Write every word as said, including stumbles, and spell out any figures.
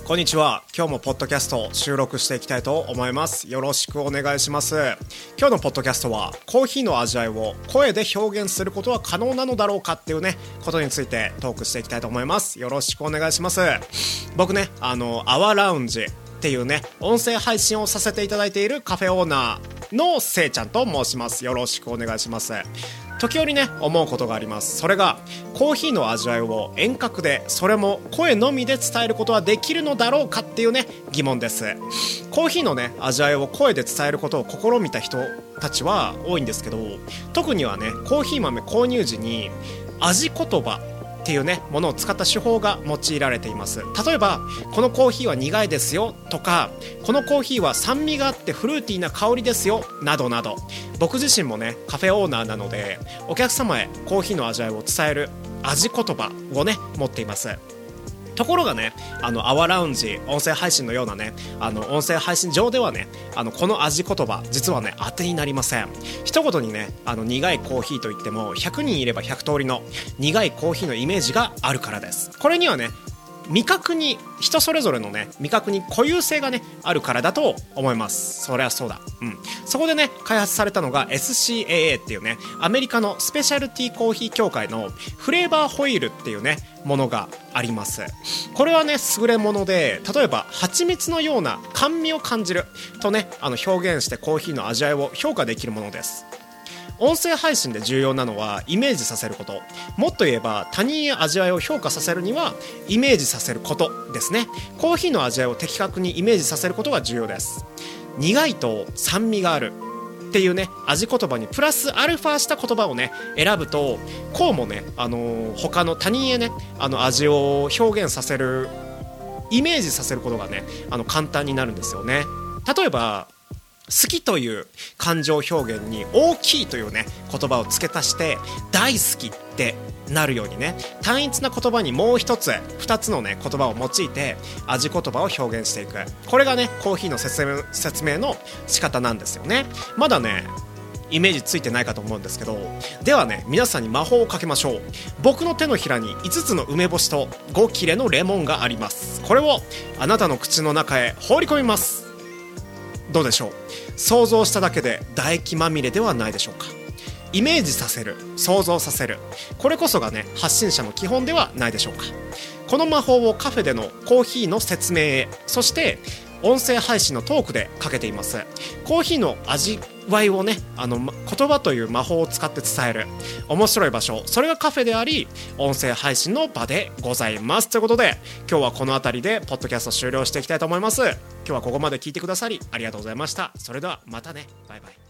こんにちは。今日もポッドキャストを収録していきたいと思います。よろしくお願いします。今日のポッドキャストはコーヒーの味わいを声で表現することは可能なのだろうかっていうねことについてトークしていきたいと思います。よろしくお願いします。僕ねあのアワーラウンジっていうね音声配信をさせていただいているカフェオーナーのせいちゃんと申します。よろしくお願いします。時折ね思うことがあります。それがコーヒーの味わいを遠隔でそれも声のみで伝えることはできるのだろうかっていうね疑問です。コーヒーのね味わいを声で伝えることを試みた人たちは多いんですけど、特にはねコーヒー豆購入時に味言葉っていうねものを使った手法が用いられています。例えばこのコーヒーは苦いですよとか、このコーヒーは酸味があってフルーティーな香りですよなどなど、僕自身もねカフェオーナーなのでお客様へコーヒーの味わいを伝える味言葉をね持っています。ところがねあのアワラウンジ音声配信のようなねあの音声配信上ではねあのこの味言葉実はね当てになりません。一言にねあの苦いコーヒーといってもひゃくにんいればひゃく通りの苦いコーヒーのイメージがあるからです。これにはね味覚に人それぞれのね味覚に固有性がねあるからだと思います。そりゃそうだ、うん、そこでね開発されたのが エスシーエーエー っていうねアメリカのスペシャルティーコーヒー協会のフレーバーホイールっていうねものがあります。これはね優れもので、例えば蜂蜜のような甘味を感じるとねあの表現してコーヒーの味わいを評価できるものです。音声配信で重要なのはイメージさせること、もっと言えば他人へ味わいを評価させるにはイメージさせることですね。コーヒーの味わいを的確にイメージさせることが重要です。苦いと酸味があるっていうね味言葉にプラスアルファした言葉をね選ぶと、こうもね、あのー、他の他人へねあの味を表現させるイメージさせることがねあの簡単になるんですよね。例えば好きという感情表現に大きいというね言葉を付け足して大好きってなるようにね、単一な言葉にもう一つ二つのね言葉を用いて味言葉を表現していく、これがねコーヒーの説明、説明の仕方なんですよね。まだねイメージついてないかと思うんですけど、ではね皆さんに魔法をかけましょう。僕の手のひらにいつつの梅干しとご切れのレモンがあります。これをあなたの口の中へ放り込みます。どうでしょう。想像しただけで唾液まみれではないでしょうか。イメージさせる、想像させる、これこそがね発信者の基本ではないでしょうか。この魔法をカフェでのコーヒーの説明へ、そして音声配信のトークでかけています。コーヒーの味わいをねあの言葉という魔法を使って伝える面白い場所、それがカフェであり音声配信の場でございます。ということで今日はこの辺りでポッドキャスト終了していきたいと思います。今日はここまで聞いてくださりありがとうございました。それではまたね、バイバイ。